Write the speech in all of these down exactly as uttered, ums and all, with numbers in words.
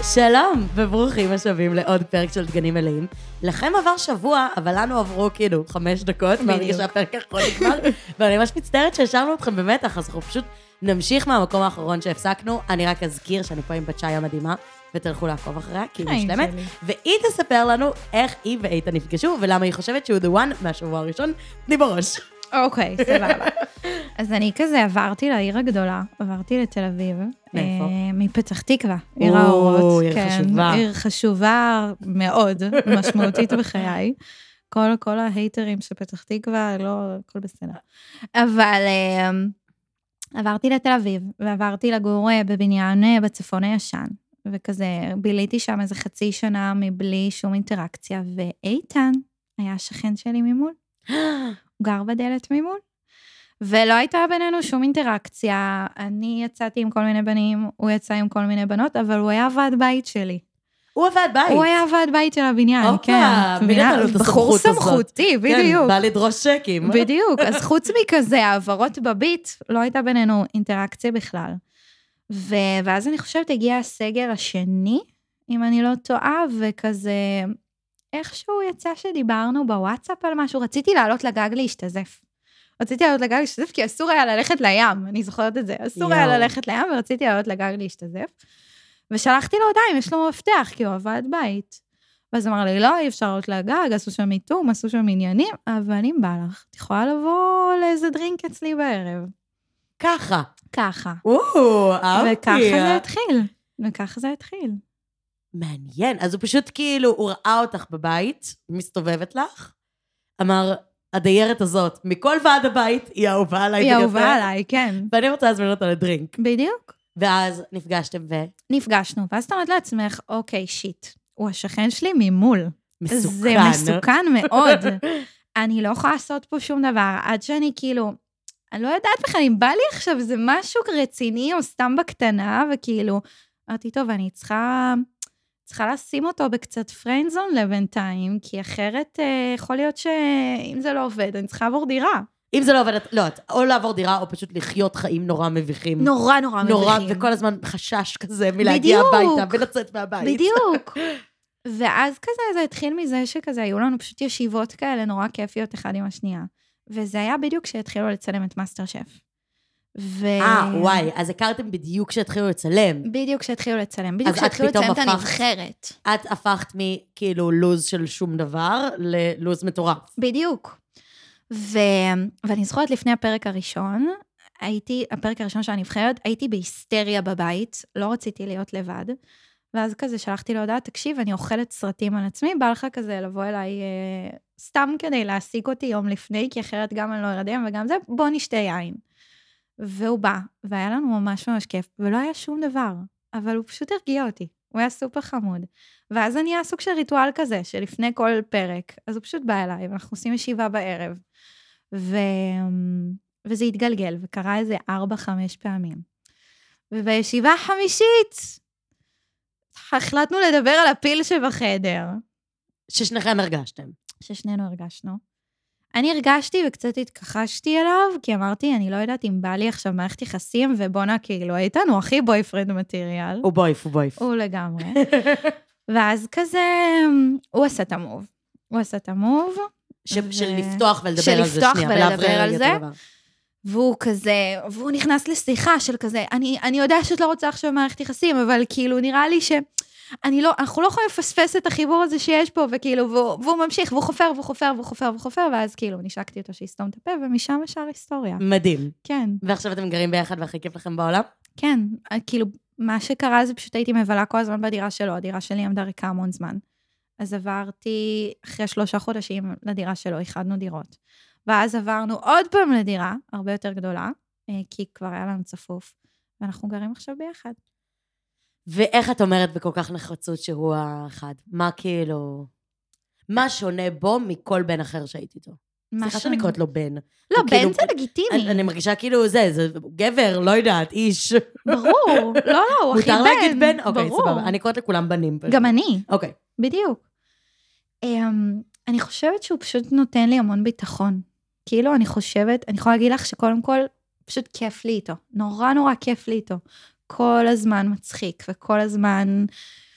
שלום, וברוכים השבים לעוד פרק של דגנים מלאים. לכם עבר שבוע, אבל לנו עברו כאילו חמש דקות, מהרגע שהפרק יכול נגמר, ואני ממש מצטערת שהשארנו אתכם במתח, אז אנחנו פשוט נמשיך מהמקום האחרון שהפסקנו. אני רק אזכיר שאני פה עם בת שי המדהימה, ותלכו לעקוב אחריה, כי היא משלמת, והיא תספר לנו איך היא ואיתה נפגשו, ולמה היא חושבת שהוא the one מהשבוע הראשון, תני בראש. אוקיי, סבבה. אז אני כזה עברתי לעיר הגדולה, עברתי לתל אביב. מאיפה? מפתח תקווה, עיר האורות. עיר חשובה. עיר חשובה מאוד, משמעותית בחיי. כל, כל ההייטרים שפתח תקווה, לא, הכל בסדר. אבל עברתי לתל אביב, ועברתי לגור בבניין בצפון הישן, וכזה ביליתי שם איזה חצי שנה מבלי שום אינטראקציה, ואיתן היה שכן שלי ממול. הוא גר בדלת ממול, ולא הייתה בינינו שום אינטראקציה. אני יצאתי עם כל מיני בנים, הוא יצא עם כל מיני בנות, אבל הוא היה ועד בית שלי. הוא עבד בית. הוא היה ועד בית של הבניין, אופה, כן. בחור סמכותי, בדיוק. כן, בא לדרוש שקים. בדיוק, אז חוץ מכזה, העברות בביט, לא הייתה בינינו אינטראקציה בכלל. ו... ואז אני חושבת, הגיע הסגר השני, אם אני לא טועה, וכזה... איכשהו יצא שדיברנו בוואטסאפ על משהו, רציתי לעלות לגג להשתזף. רציתי לעלות לגג להשתזף, כי אסור היה ללכת לים, אני זוכרת את זה, אסור היה ללכת לים, ורציתי לעלות לגג להשתזף. ושלחתי לו הודעה, אם יש לו מפתח, כי הוא עבד בית. ואז אמר לי, לא, אי אפשר לעלות לגג, עשו שם מיתום, עשו שם עניינים, אבל אם בא לך, את יכולה לבוא לאיזה דרינק אצלי בערב. ככה. ככה. או, אהבתי. וככה זה התחיל. וככה זה התחיל. מעניין, אז הוא פשוט כאילו, הוא ראה אותך בבית, מסתובבת לך, אמר, הדיירת הזאת, מכל ועד הבית, היא אהובה עליי. היא אהובה עליי, כן. ואני רוצה להזמין אותה לדרינק. בדיוק. ואז נפגשתם ו... נפגשנו, ואז אתה אומרת לעצמך, אוקיי, שיט, הוא השכן שלי ממול. מסוכן. זה מסוכן מאוד. אני לא יכולה לעשות פה שום דבר, עד שאני כאילו, אני לא יודעת בכלל, אם בא לי עכשיו, זה משהו רציני, או סתם בקטנה, וכאילו, אמרתי, טוב, אני צריכה... צריכה לשים אותו בקצת פריינדזון לבינתיים, כי אחרת אה, יכול להיות שאם זה לא עובד, אני צריכה לעבור דירה. אם זה לא עובד, לא, או לעבור דירה, או פשוט לחיות חיים נורא מביכים. נורא נורא נורא, מביכים. וכל הזמן חשש כזה מלהגיע הביתה ולצאת מהבית. בדיוק. ואז כזה זה התחיל מזה שכזה, היו לנו פשוט ישיבות כאלה נורא כיפיות אחד עם השנייה. וזה היה בדיוק כשהתחילו לצלם את מאסטר שף. ו... אה, וואי, אז הכרתם בדיוק כשהתחילו לצלם. בדיוק כשהתחילו לצלם, בדיוק כשהתחילו לצלם את הנבחרת. את הפכת מכאילו לוז של שום דבר ללוז מטורף. בדיוק. ו... ואני זוכרת לפני הפרק הראשון, הייתי, הפרק הראשון של הנבחרת, הייתי בהיסטריה בבית, לא רציתי להיות לבד, ואז כזה שלחתי להודעה, תקשיב, אני אוכלת סרטים על עצמי, בא לך כזה לבוא אליי אה, סתם כדי להעסיק אותי יום לפני, כי אחרת גם אני לא ארדם וגם זה, בוא נשתה יין. והוא בא, והיה לנו ממש ממש כיף, ולא היה שום דבר, אבל הוא פשוט הרגיע אותי, הוא היה סופר חמוד. ואז אני היה סוג של ריטואל כזה, שלפני כל פרק, אז הוא פשוט בא אליי, ואנחנו עושים ישיבה בערב, ו... וזה התגלגל, וקרה איזה ארבע, חמש פעמים. ובישיבה החמישית, החלטנו לדבר על הפיל שבחדר. ששניכם הרגשתם. ששנינו הרגשנו. אני הרגשתי וקצת התכחשתי אליו, כי אמרתי, אני לא יודעת אם בא לי עכשיו מערכת יחסים, ובונה כאילו, איתן הוא הכי בויפרנד מטריאל. הוא בויף, הוא בויף. הוא לגמרי. ואז כזה, הוא עשה את המוב. הוא עשה את המוב. של לפתוח ולדבר על זה שנייה. של לפתוח ולדבר על זה. והוא כזה, והוא נכנס לשיחה של כזה, אני, אני יודע שאת לא רוצה עכשיו מערכת יחסים, אבל כאילו נראה לי ש... אני לא, אנחנו לא יכולים לפספס את החיבור הזה שיש פה, וכאילו, והוא, והוא ממשיך, והוא חופר, והוא חופר, והוא חופר, והוא חופר, ואז כאילו, נשקתי אותו שיסתום את הפה, ומשם ישר היסטוריה. מדהים. כן. ועכשיו אתם גרים ביחד, והכי כיף לכם בעולם? כן, כאילו, מה שקרה זה פשוט הייתי מבלה כל הזמן בדירה שלו, הדירה שלי עמדה ריקה המון זמן. אז עברתי, אחרי שלושה חודשים לדירה שלו, איחדנו דירות. ואז עברנו עוד פעם לדירה, הרבה יותר גדולה, כי כבר היה לנו צפוף, ואנחנו גרים עכשיו ביחד. ואיך את אומרת בכל כך נחרצות שהוא האחד? מה כאילו... מה שונה בו מכל בן אחר שהייתי איתו? סליחה שאני קוראת לו בן. לא, בן זה לגיטימי. אני מרגישה כאילו זה, זה גבר, לא יודעת, איש. ברור, לא, לא, הוא הכי בן. מותר להגיד בן? אוקיי, סבבה. אני קוראת לכולם בנים. גם אני. אוקיי. בדיוק. אני חושבת שהוא פשוט נותן לי המון ביטחון. כאילו, אני חושבת, אני יכולה להגיד לך שקודם כל, פשוט כיף לי איתו. נורא נורא כיף לי איתו. כל הזמן מצחיק, וכל הזמן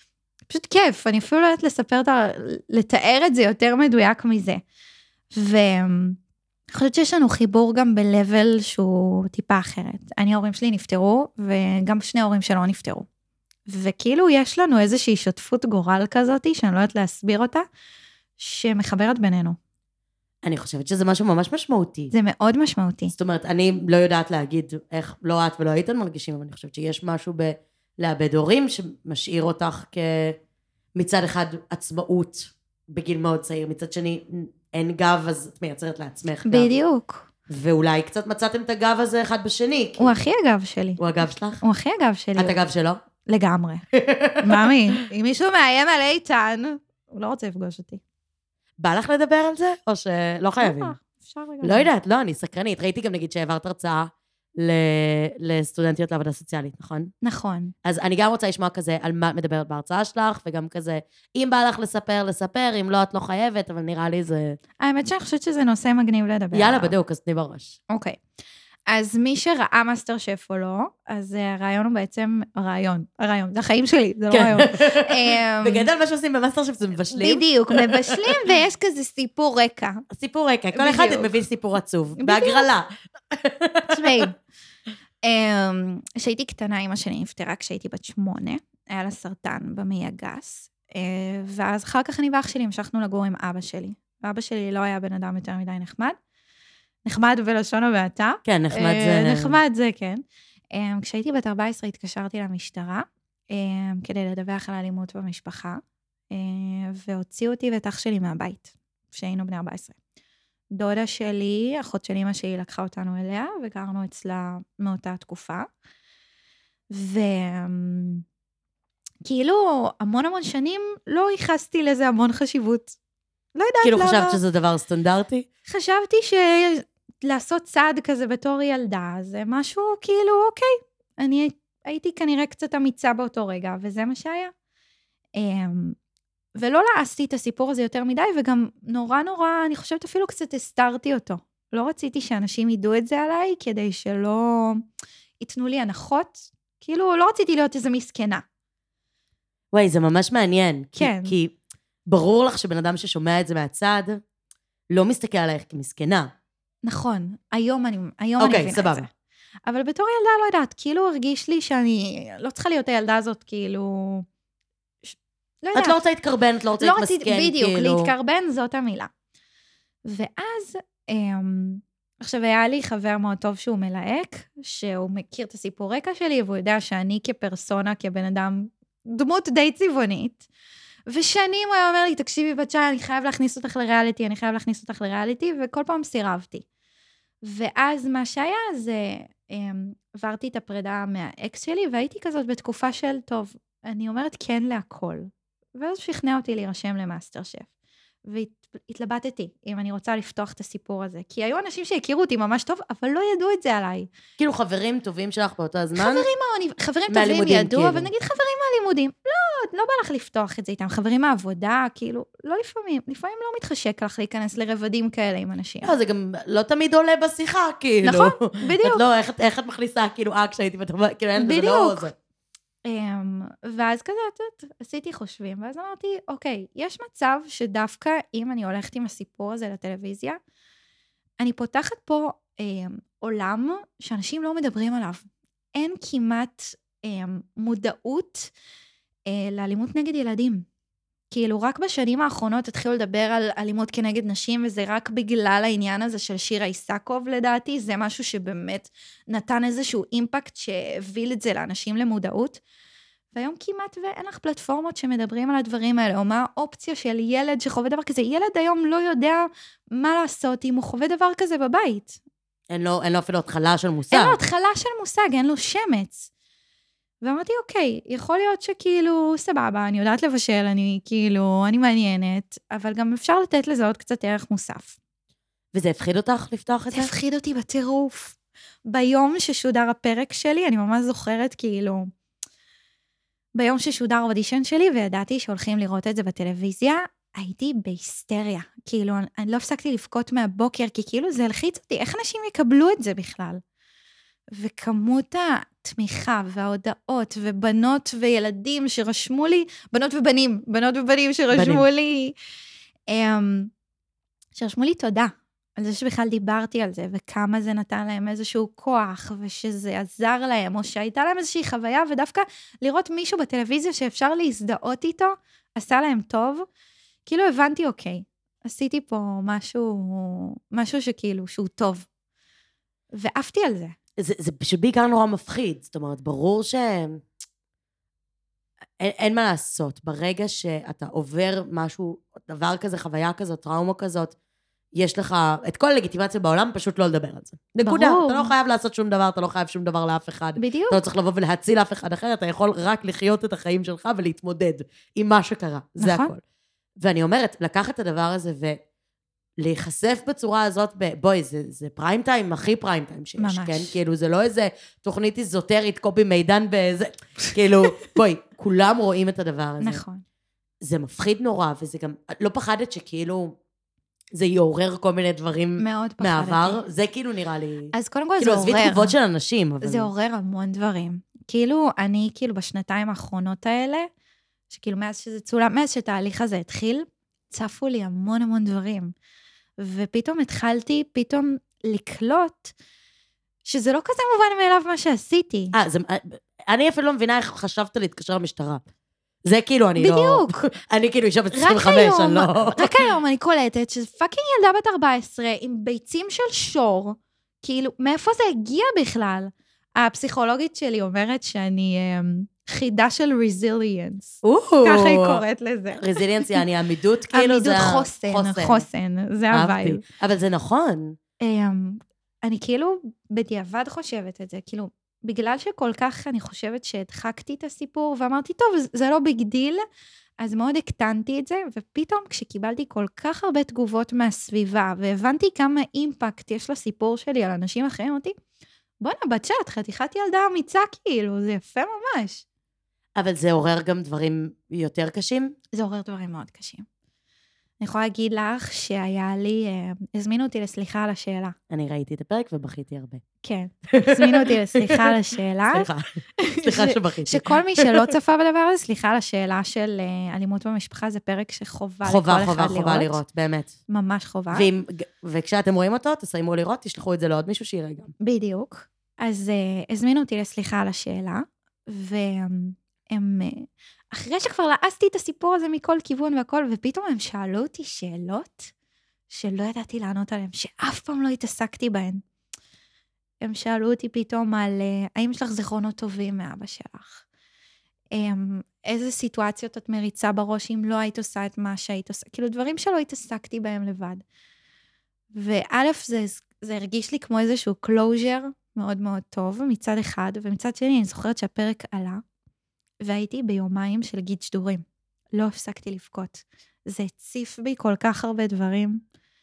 פשוט כיף, אני אפילו לא יודעת לספר, לתאר את זה יותר מדויק מזה. ואני חושבת שיש לנו חיבור גם ב-level שהוא טיפה אחרת. אני, ההורים שלי נפטרו, וגם שני ההורים שלו נפטרו. וכאילו יש לנו איזושהי שותפות גורל כזאת, שאני לא יודעת להסביר אותה, שמחברת בינינו. אני חושבת שזה משהו ממש משמעותי. זה מאוד משמעותי. זאת אומרת, אני לא יודעת להגיד איך לא את ולא הייתן מרגישים, אבל אני חושבת שיש משהו בלאבד הורים שמשאיר אותך כמצד אחד עצמאות בגיל מאוד צעיר, מצד שני אין גב, אז את מייצרת לעצמך גב. בדיוק. ואולי קצת מצאתם את הגב הזה אחד בשני. הוא הכי הגב שלי. הוא הגב שלך? הוא הכי הגב שלי. את הגב שלו? לגמרי. ממי, אם מישהו מאיים על איתן, הוא לא רוצה לפגוש אותי. בא לך לדבר על זה, או שלא חייבים? אפשר רגע. לא יודעת, לא, אני סקרנית. ראיתי גם נגיד שהעברת הרצאה לסטודנטיות לעבודה סוציאלית, נכון? נכון. אז אני גם רוצה לשמוע כזה על מה את מדברת בהרצאה שלך, וגם כזה, אם בא לך לספר, לספר, אם לא, את לא חייבת, אבל נראה לי זה... האמת שאני חושבת שזה נושא מגניב לדבר. יאללה, בדיוק, אז תני בראש. אוקיי. אז מי שראה מאסטר שף או לא, אז הרעיון הוא בעצם, הרעיון, הרעיון, זה החיים שלי, זה לא רעיון. בגדול מה שעושים במאסטר שף זה מבשלים. בדיוק, מבשלים ויש כזה סיפור רקע. סיפור רקע, כל אחד מביא סיפור עצוב, בהגרלה. תשמעי, כשהייתי קטנה, אמא שלי נפטרה כשהייתי בת שמונה, היה לה סרטן במעי הגס, ואז אחר כך אני ואח שלי המשכנו לגור עם אבא שלי, ואבא שלי לא היה בן אדם יותר מדי נחמד, נחמד בלשון המעטה. כן, נחמד זה... נחמד זה, כן. כשהייתי בת ארבע עשרה התקשרתי למשטרה, כדי לדווח על אלימות במשפחה, והוציאו אותי ואת אח שלי מהבית, כשהיינו בני ארבע עשרה. דודה שלי, אחות של אמא שלי, לקחה אותנו אליה, וגרנו אצלה מאותה תקופה. וכאילו, המון המון שנים לא ייחסתי לזה המון חשיבות. לא יודעת כאילו למה. כאילו חשבת שזה דבר סטנדרטי? חשבתי שלעשות צעד כזה בתור ילדה, זה משהו כאילו, אוקיי, אני הייתי כנראה קצת אמיצה באותו רגע, וזה מה שהיה. ולא לעשתי את הסיפור הזה יותר מדי, וגם נורא נורא, אני חושבת אפילו קצת הסתרתי אותו. לא רציתי שאנשים ידעו את זה עליי, כדי שלא ייתנו לי הנחות. כאילו, לא רציתי להיות איזה מסכנה. וואי, זה ממש מעניין. כן. כי, כי ברור לך שבן אדם ששומע את זה מהצד, לא מסתכל עלייך כמסכנה. נכון. היום אני, היום אוקיי, אני מבינה את זה. אבל בתור ילדה, לא יודעת, כאילו הרגיש לי שאני לא צריכה להיות הילדה הזאת, כאילו... לא יודעת. את לא רוצה להתקרבן, את לא רוצה לא להתמסכן, רצית, בדיוק, כאילו... להתקרבן זאת המילה. ואז, אמ, עכשיו היה לי חבר מאוד טוב שהוא מלהק, שהוא מכיר את הסיפור רקע שלי, והוא יודע שאני כפרסונה, כבן אדם, דמות די צבעונית, ושנים הוא היה אומר לי, תקשיבי בת שי, אני חייב להכניס אותך לריאליטי, אני חייב להכניס אותך לריאליטי, וכל פעם סירבתי. ואז מה שהיה, זה, אמ, עברתי את הפרידה מהאקס שלי, והייתי כזאת בתקופה של, טוב, אני אומרת כן להכל. ואז שכנע אותי להירשם למאסטר שף. והתלבטתי אם אני רוצה לפתוח את הסיפור הזה. כי היו אנשים שהכירו אותי ממש טוב, אבל לא ידעו את זה עליי. כאילו חברים טובים שלך באותו הזמן? חברים, חברים טובים ידעו, כאילו. אבל נגיד חברים מהלימודים. לא, לא בא לך לפתוח את זה איתם. חברים מהעבודה, כאילו, לא לפעמים. לפעמים לא מתחשק לך להיכנס לרבדים כאלה עם אנשים. לא, זה גם לא תמיד עולה בשיחה, כאילו. נכון, בדיוק. את לא, איך, איך את מכניסה, כאילו, אה, כשהייתי בטובה, כאילו, אין זה לא זה. ואז כזה, עשיתי חושבים, ואז אמרתי, אוקיי, יש מצב שדווקא אם אני הולכת עם הסיפור הזה לטלוויזיה, אני פותחת פה עולם שאנשים לא מדברים עליו. אין כמעט מודעות לאלימות נגד ילדים. כאילו, רק בשנים האחרונות התחילו לדבר על אלימות כנגד נשים, וזה רק בגלל העניין הזה של שירה איסקוב, לדעתי, זה משהו שבאמת נתן איזשהו אימפקט שהביא את זה לאנשים למודעות, והיום כמעט ואין לך פלטפורמות שמדברים על הדברים האלה, או מה האופציה של ילד שחווה דבר כזה, ילד היום לא יודע מה לעשות אם הוא חווה דבר כזה בבית. אין לו, אין לו אפילו התחלה של מושג. אין לו התחלה של מושג, אין לו שמץ. ואמרתי, אוקיי, יכול להיות שכאילו, סבבה, אני יודעת לבשל, אני כאילו, אני מעניינת, אבל גם אפשר לתת לזה עוד קצת ערך מוסף. וזה הפחיד אותך לפתוח את זה? זה הפחיד אותי בטירוף. ביום ששודר הפרק שלי, אני ממש זוכרת כאילו, ביום ששודר אודישן שלי, וידעתי שהולכים לראות את זה בטלוויזיה, הייתי בהיסטריה. כאילו, אני לא הפסקתי לבכות מהבוקר, כי כאילו זה הלחיץ אותי, איך אנשים יקבלו את זה בכלל? וכמות התמיכה וההודעות ובנות וילדים שרשמו לי, בנות ובנים, בנות ובנים שרשמו בנים. לי, שרשמו לי תודה על זה שבכלל דיברתי על זה, וכמה זה נתן להם איזשהו כוח, ושזה עזר להם, או שהייתה להם איזושהי חוויה, ודווקא לראות מישהו בטלוויזיה שאפשר להזדהות איתו, עשה להם טוב, כאילו הבנתי, אוקיי, עשיתי פה משהו, משהו שכאילו, שהוא טוב. ועפתי על זה. זה, זה פשוט בעיקר נורא מפחיד, זאת אומרת, ברור ש... אין, אין מה לעשות, ברגע שאתה עובר משהו, דבר כזה, חוויה כזאת, טראומה כזאת, יש לך את כל הלגיטימציה בעולם, פשוט לא לדבר על זה. נקודה, אתה לא חייב לעשות שום דבר, אתה לא חייב שום דבר לאף אחד. בדיוק. אתה לא צריך לבוא ולהציל אף אחד אחר, אתה יכול רק לחיות את החיים שלך ולהתמודד עם מה שקרה. זה הכל. ואני אומרת, לקחת את הדבר הזה ולהיחשף בצורה הזאת, בואי, זה, זה פריים טיים, הכי פריים טיים שיש, ממש. כן? כאילו, זה לא איזה תוכנית איזוטרית, קופי מידן באיזה, כאילו, בואי, כולם רואים את הדבר הזה. נכון. זה מפחיד נורא, וזה גם, לא פחדת שכאילו, זה יעורר כל מיני דברים מהעבר. זה כאילו נראה לי... אז קודם כל כאילו, זה עורר... כאילו, עזבי תגובות של אנשים, אבל... זה עורר המון דברים. כאילו, אני כאילו בשנתיים האחרונות האלה, שכאילו מאז שזה צולם, מאז שתהליך הזה התחיל, צפו לי המון המון דברים. ופתאום התחלתי פתאום לקלוט, שזה לא כזה מובן מאליו מה שעשיתי. אה, זה... אני אפילו לא מבינה איך חשבת להתקשר למשטרה. זה כאילו אני בדיוק. לא... בדיוק. אני כאילו אישה בת עשרים וחמש, אני לא... רק היום אני קולטת שזה פאקינג ילדה בת ארבע עשרה עם ביצים של שור, כאילו, מאיפה זה הגיע בכלל? הפסיכולוגית שלי אומרת שאני חידה של resilience. ככה היא קוראת לזה. resilience יעני עמידות, כאילו זה... עמידות חוסן, חוסן, זה הווייב. אבל זה נכון. אני כאילו בדיעבד חושבת את זה, כאילו, בגלל שכל כך אני חושבת שהדחקתי את הסיפור, ואמרתי, טוב, זה לא ביג דיל, אז מאוד הקטנתי את זה, ופתאום כשקיבלתי כל כך הרבה תגובות מהסביבה, והבנתי כמה אימפקט יש לסיפור שלי על אנשים אחרים, אמרתי, בוא'נה, בצ'אט, חתיכת ילדה אמיצה, כאילו, זה יפה ממש. אבל זה עורר גם דברים יותר קשים? זה עורר דברים מאוד קשים. אני יכולה להגיד לך שהיה לי, הזמינו אותי לסליחה על השאלה. אני ראיתי את הפרק ובכיתי הרבה. כן, הזמינו אותי לסליחה על השאלה. סליחה, סליחה שבכיתי. שכל מי שלא צפה בדבר הזה, סליחה על השאלה של אלימות במשפחה, זה פרק שחובה לכל אחד לראות. חובה, חובה, חובה לראות, באמת. ממש חובה. וכשאתם רואים אותו, תסיימו לראות, תשלחו את זה לעוד מישהו שיראה גם. בדיוק. אז הזמינו אותי לסליחה על השאלה, והם... אחרי שכבר לעסתי את הסיפור הזה מכל כיוון והכל, ופתאום הם שאלו אותי שאלות שלא ידעתי לענות עליהן, שאף פעם לא התעסקתי בהן. הם שאלו אותי פתאום על, האם יש לך זיכרונות טובים מאבא שלך? איזה סיטואציות את מריצה בראש אם לא היית עושה את מה שהיית עושה? כאילו דברים שלא התעסקתי בהם לבד. וא' זה, זה הרגיש לי כמו איזשהו closure מאוד מאוד טוב מצד אחד, ומצד שני אני זוכרת שהפרק עלה, והייתי ביומיים של גיד שדורים. לא הפסקתי לבכות. זה הציף בי כל כך הרבה דברים,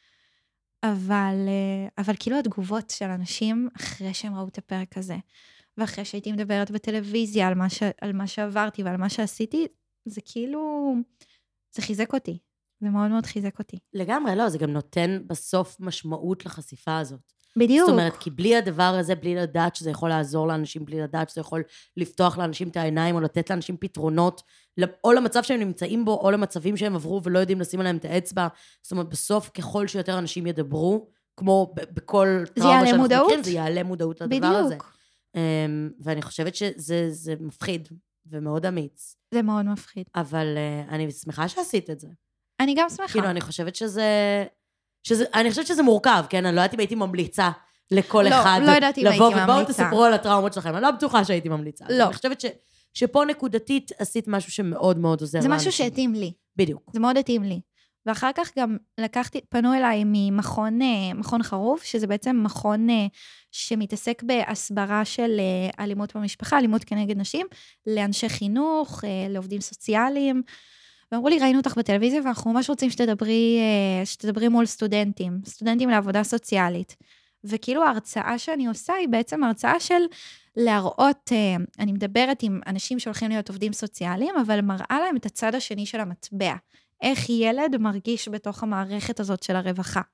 אבל, אבל כאילו התגובות של אנשים אחרי שהם ראו את הפרק הזה, ואחרי שהייתי מדברת בטלוויזיה על מה, ש, על מה שעברתי ועל מה שעשיתי, זה כאילו, זה חיזק אותי. זה מאוד מאוד חיזק אותי. לגמרי, לא, זה גם נותן בסוף משמעות לחשיפה הזאת. בדיוק. זאת אומרת, כי בלי הדבר הזה, בלי לדעת שזה יכול לעזור לאנשים, בלי לדעת שזה יכול לפתוח לאנשים את העיניים, או לתת לאנשים פתרונות, או למצב שהם נמצאים בו, או למצבים שהם עברו ולא יודעים לשים עליהם את האצבע. זאת אומרת, בסוף, ככל שיותר אנשים ידברו, כמו בכל טראומה שאנחנו מכירים, זה יעלה מודעות לדבר הזה. בדיוק. ואני חושבת שזה זה מפחיד, ומאוד אמיץ. זה מאוד מפחיד. אבל אני שמחה שעשית את זה. אני גם שמחה. כאילו, אני חושבת שזה... שזה, אני חושבת שזה מורכב, כן? אני לא יודעת אם הייתי ממליצה לכל לא, אחד. לא יודעת אם הייתי ממליצה. לבוא ובואו תספרו על הטראומות שלכם. אני לא בטוחה שהייתי ממליצה. לא. אני חושבת ש, שפה נקודתית עשית משהו שמאוד מאוד עוזר זה לאנשים. משהו שהתאים לי. בדיוק. זה מאוד התאים לי. ואחר כך גם לקחתי, פנו אליי ממכון מכון חרוב, שזה בעצם מכון שמתעסק בהסברה של אלימות במשפחה, אלימות כנגד נשים, לאנשי חינוך, לעובדים סוציאליים, ואמרו לי, ראינו אותך בטלוויזיה, ואנחנו ממש רוצים שתדברי, שתדברי מול סטודנטים, סטודנטים לעבודה סוציאלית. וכאילו ההרצאה שאני עושה, היא בעצם הרצאה של להראות, אני מדברת עם אנשים שהולכים להיות עובדים סוציאליים, אבל מראה להם את הצד השני של המטבע. איך ילד מרגיש בתוך המערכת הזאת של הרווחה.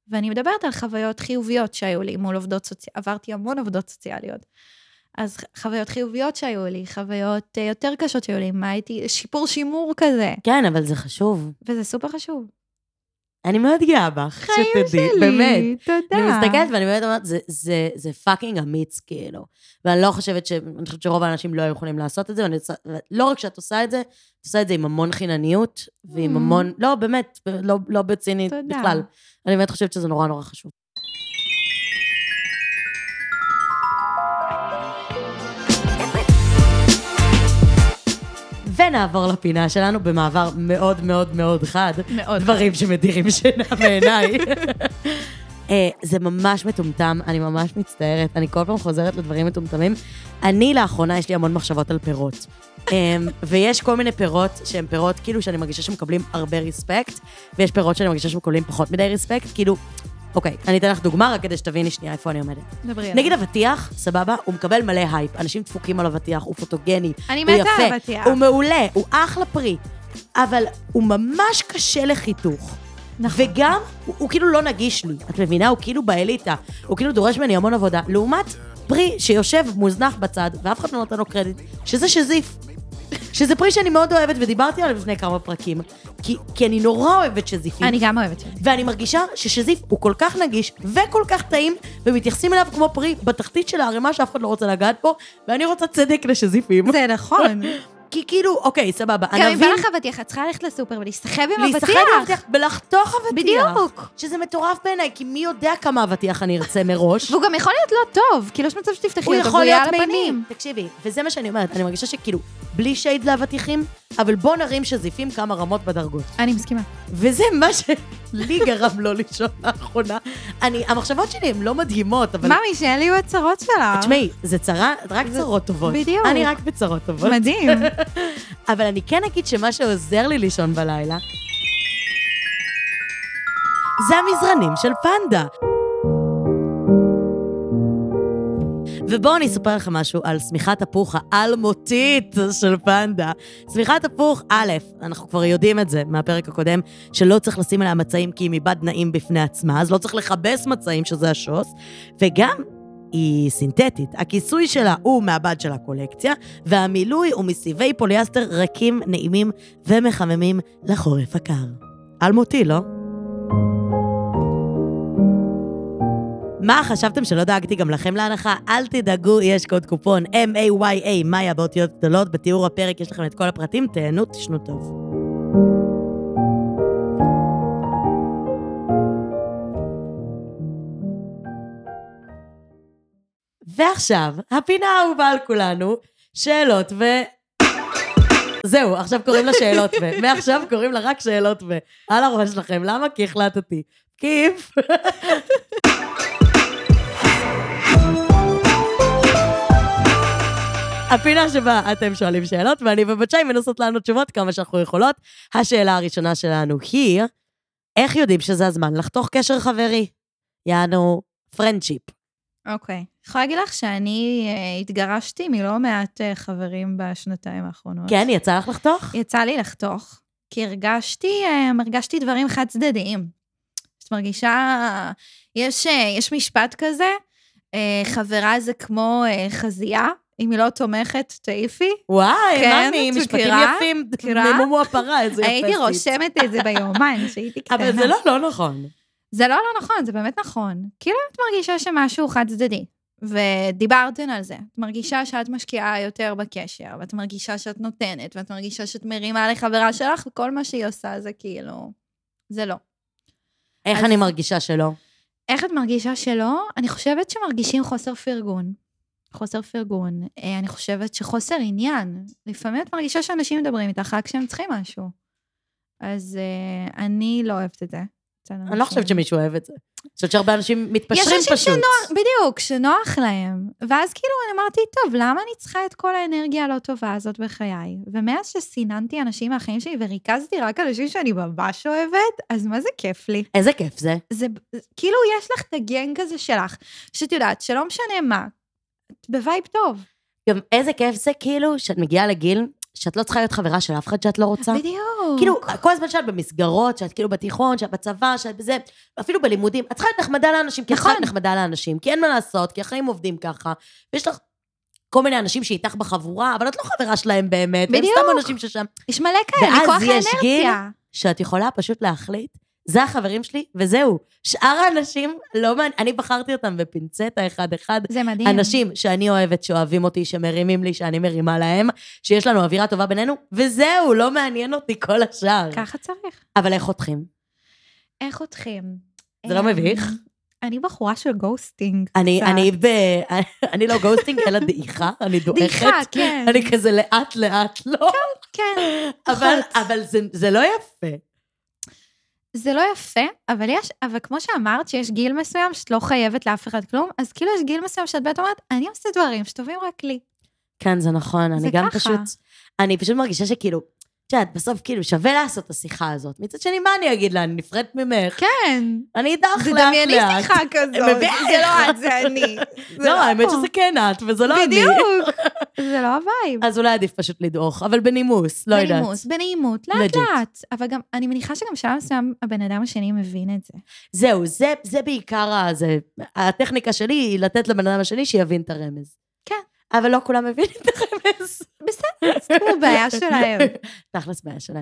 ואני מדברת על חוויות חיוביות שהיו לי מול עובדות סוציאליות, עברתי המון עובדות סוציאליות. אז חוויות חיוביות שהיו לי, חוויות יותר קשות שהיו לי, מה הייתי, שיפור שימור כזה. כן, אבל זה חשוב. וזה סופר חשוב. אני מאוד גאה בך, חיים שתדעי, שלי, באמת. תודה. אני מסתכלת ואני באמת אומרת, זה, זה, זה פאקינג אמיץ, כאילו. ואני לא חושבת ש... אני חושבת שרוב האנשים לא היו יכולים לעשות את זה, ואני... לא רק שאת עושה את זה, את עושה את זה עם המון חינניות, ועם Mm. המון... לא, באמת, לא, לא בצינית תודה. בכלל. אני באמת חושבת שזה נורא נורא חשוב. ונעבור לפינה שלנו במעבר מאוד מאוד מאוד חד. מאוד. דברים שמדירים שינה מעיניי. זה ממש מטומטם, אני ממש מצטערת, אני כל פעם חוזרת לדברים מטומטמים. אני לאחרונה, יש לי המון מחשבות על פירות. ויש כל מיני פירות שהם פירות, כאילו שאני מרגישה שמקבלים הרבה ריספקט, ויש פירות שאני מרגישה שמקבלים פחות מדי ריספקט, כאילו, אוקיי, אני אתן לך דוגמה, רק כדי שתביני שנייה איפה אני עומדת. דברי. נגיד אבטיח, סבבה, הוא מקבל מלא הייפ, אנשים דפוקים על אבטיח, הוא פוטוגני, אני הוא מתה על יפה, אבטיח. הוא מעולה, הוא אחלה פרי, אבל הוא ממש קשה לחיתוך. נכון. וגם, הוא, הוא כאילו לא נגיש לי, את מבינה? הוא כאילו באליטה, הוא כאילו דורש ממני המון עבודה, לעומת פרי שיושב מוזנח בצד, ואף אחד לא נותן לו קרדיט, שזה שזיף. שזה פרי שאני מאוד אוהבת, ודיברתי עליו לפני כמה פרקים, כי, כי אני נורא אוהבת שזיפים. אני גם אוהבת שזיפים. ואני מרגישה ששזיף הוא כל כך נגיש, וכל כך טעים, ומתייחסים אליו כמו פרי בתחתית של הערימה שאף אחד לא רוצה לגעת פה, ואני רוצה צדק לשזיפים. זה נכון. כי כאילו, אוקיי, סבבה, גם אם ענבים... בא לך אבטיח, את צריכה ללכת לסופר ולהסתחב עם אבטיח. להסתחב עם אבטיח, ולחתוך אבטיח. בדיוק. שזה מטורף בעיניי, כי מי יודע כמה אבטיח אני ארצה מראש. והוא גם יכול להיות לא טוב, כאילו יש מצב שתפתחי הוא אותו, יכול והוא יהיה להיות על מימי. הפנים. תקשיבי, וזה מה שאני אומרת, אני מרגישה שכאילו, בלי שייד לאבטיחים, אבל בוא נרים שזיפים כמה רמות בדרגות. אני מסכימה. וזה מה שלי גרם לא לישון לאחרונה. אני, המחשבות שלי הן לא מדהימות, אבל... ממי, שאלה יהיו הצרות שלה. תשמעי, זה צרה, רק צרות טובות. בדיוק. אני רק בצרות טובות. מדהים. אבל אני כן אגיד שמה שעוזר לי לישון בלילה, זה המזרנים של פנדה. ובואו אני אספר לכם משהו על סמיכת הפוך האלמותית של פנדה. סמיכת הפוך, א', אנחנו כבר יודעים את זה מהפרק הקודם, שלא צריך לשים עליה מצעים כי היא מבד נעים בפני עצמה, אז לא צריך לחבס מצעים שזה השוס, וגם היא סינתטית. הכיסוי שלה הוא מהבד של הקולקציה, והמילוי הוא מסיבי פוליאסטר רכים, נעימים ומחממים לחורף הקר. אלמותי, לא? מה, חשבתם שלא דאגתי גם לכם להנחה? אל תדאגו, יש קוד קופון אם איי וואי איי, מאיה באותיות גדולות, בתיאור הפרק יש לכם את כל הפרטים, תהנו, תשנו טוב. ועכשיו, הפינה האהובה על כולנו, שאלות ו... זהו, עכשיו קוראים לה שאלות ו... מעכשיו קוראים לה רק שאלות ו... על הראש שלכם, למה? כי החלטתי. כיף. הפינה שבה אתם שואלים שאלות, ואני ובצ'י מנסות לענות תשובות כמה שאנחנו יכולות. השאלה הראשונה שלנו היא, איך יודעים שזה הזמן לחתוך קשר חברי? יענו, פרנדשיפ. אוקיי. יכולה להגיד לך שאני התגרשתי מלא מעט חברים בשנתיים האחרונות. כן, יצא לך לחתוך? יצא לי לחתוך, כי הרגשתי, הרגשתי דברים חד צדדיים. זאת מרגישה, יש, יש משפט כזה, חברה זה כמו חזייה, אם היא לא תומכת, תעיפי. וואי, כן, ממי, משפטים תכירה? יפים, תכירה? ממומו הפרה, איזה יפה. הייתי רושמת את זה ביומן, שהייתי קטנה. אבל זה לא לא נכון. זה לא לא נכון, זה באמת נכון. כאילו את מרגישה שמשהו חד צדדי, ודיברתן על זה. את מרגישה שאת משקיעה יותר בקשר, ואת מרגישה שאת נותנת, ואת מרגישה שאת מרימה לחברה שלך, וכל מה שהיא עושה זה כאילו, זה לא. איך אז... אני מרגישה שלא? איך את מרגישה שלא? אני חושבת שמרגישים חוסר פרגון. חוסר פרגון. אני חושבת שחוסר עניין. לפעמים את מרגישה שאנשים מדברים איתך רק כשהם צריכים משהו. אז uh, אני לא אוהבת את זה. אני לא חושבת שמישהו אוהב את זה. אני חושבת שהרבה אנשים מתפשרים פשוט. יש אנשים שנוח, בדיוק, שנוח להם. ואז כאילו אני אמרתי, טוב, למה אני צריכה את כל האנרגיה הלא טובה הזאת בחיי? ומאז שסיננתי אנשים מהחיים שלי וריכזתי רק אנשים שאני ממש אוהבת, אז מה זה כיף לי? איזה כיף זה? זה, כאילו יש לך את הגנג הזה שלך, שאת יודעת, שלא משנה מה, את בווייב טוב. גם איזה כיף זה כאילו שאת מגיעה לגיל שאת לא צריכה להיות חברה של אף אחד שאת לא רוצה. בדיוק. כאילו, כל הזמן שאת במסגרות, שאת כאילו בתיכון, שאת בצבא, שאת בזה, אפילו בלימודים, את צריכה להיות נחמדה לאנשים, כי את צריכה להיות נחמדה לאנשים, כי אין מה לעשות, כי החיים עובדים ככה, ויש לך כל מיני אנשים שאיתך בחבורה, אבל את לא חברה שלהם באמת, בדיוק. והם סתם אנשים ששם. יש מלא כאלה, מכוח האנרציה. ואז יש גיל שאת יכולה פשוט להחליט, זה החברים שלי, וזהו. שאר האנשים, לא מעניין, אני בחרתי אותם בפינצטה אחד-אחד. זה מדהים. אנשים שאני אוהבת, שאוהבים אותי, שמרימים לי, שאני מרימה להם, שיש לנו אווירה טובה בינינו, וזהו, לא מעניין אותי כל השאר. ככה צריך. אבל איך חותכים? איך חותכים? זה לא מביך? אני בחורה של גוסטינג. אני, אני ב... אני לא גוסטינג, אלא דעיכה, אני דועכת. דעיכה, כן. אני כזה לאט לאט, לא? כן, אבל, אבל זה, זה לא יפה. זה לא יפה, אבל יש, אבל כמו שאמרת שיש גיל מסוים שאת לא חייבת לאף אחד כלום, אז כאילו יש גיל מסוים שאת באת אומרת, אני עושה דברים שטובים רק לי. כן, זה נכון, אני גם ככה. פשוט, אני פשוט מרגישה שכאילו, שאת בסוף כאילו שווה לעשות את השיחה הזאת. מצד שני, מה אני אגיד לה? אני נפרדת ממך. כן. אני אדח לאט לאט. זה דמייני שיחה כזאת. זה לא את, זה אני. לא, האמת שזה כן את, וזה לא אני. בדיוק. זה לא הווייב. אז אולי עדיף פשוט לדעוך, אבל בנימוס, לא יודעת. בנימוס, בנעימות, לאט לאט. אבל גם, אני מניחה שגם שלב מסוים הבן אדם השני מבין את זה. זהו, זה בעיקר, הטכניקה שלי היא לתת לבן אדם השני שיבין את הרמז. כן. אבל לא כולם מבינים את הרמז. בסדר, זה כמו בעיה שלהם. תכלס בעיה שלהם.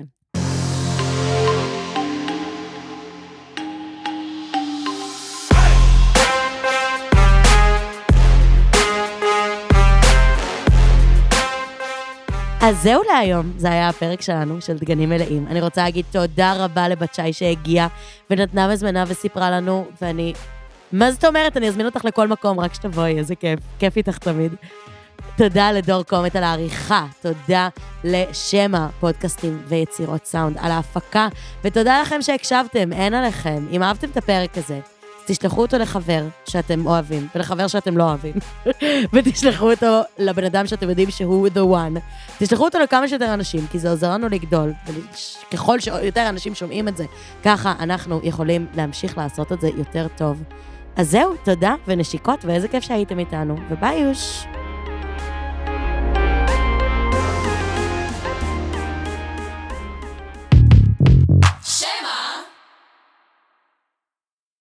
אז זהו להיום, זה היה הפרק שלנו, של דגנים מלאים. אני רוצה להגיד תודה רבה לבת שי שהגיעה, ונתנה בזמנה וסיפרה לנו, ואני... מה זאת אומרת? אני אזמין אותך לכל מקום, רק שתבואי, איזה כיף. כיף איתך תמיד. תודה לדור קומט על העריכה, תודה לשמה פודקאסטים ויצירות סאונד על ההפקה, ותודה לכם שהקשבתם, אין עליכם. אם אהבתם את הפרק הזה, תשלחו אותו לחבר שאתם אוהבים, ולחבר שאתם לא אוהבים, ותשלחו אותו לבן אדם שאתם יודעים שהוא the one. תשלחו אותו לכמה שיותר אנשים, כי זה עוזר לנו לגדול, וככל שיותר אנשים שומעים את זה, ככה אנחנו יכולים להמשיך לעשות את זה יותר טוב. אז זהו, תודה ונשיקות, ואיזה כיף שהייתם איתנו, וביי יוש.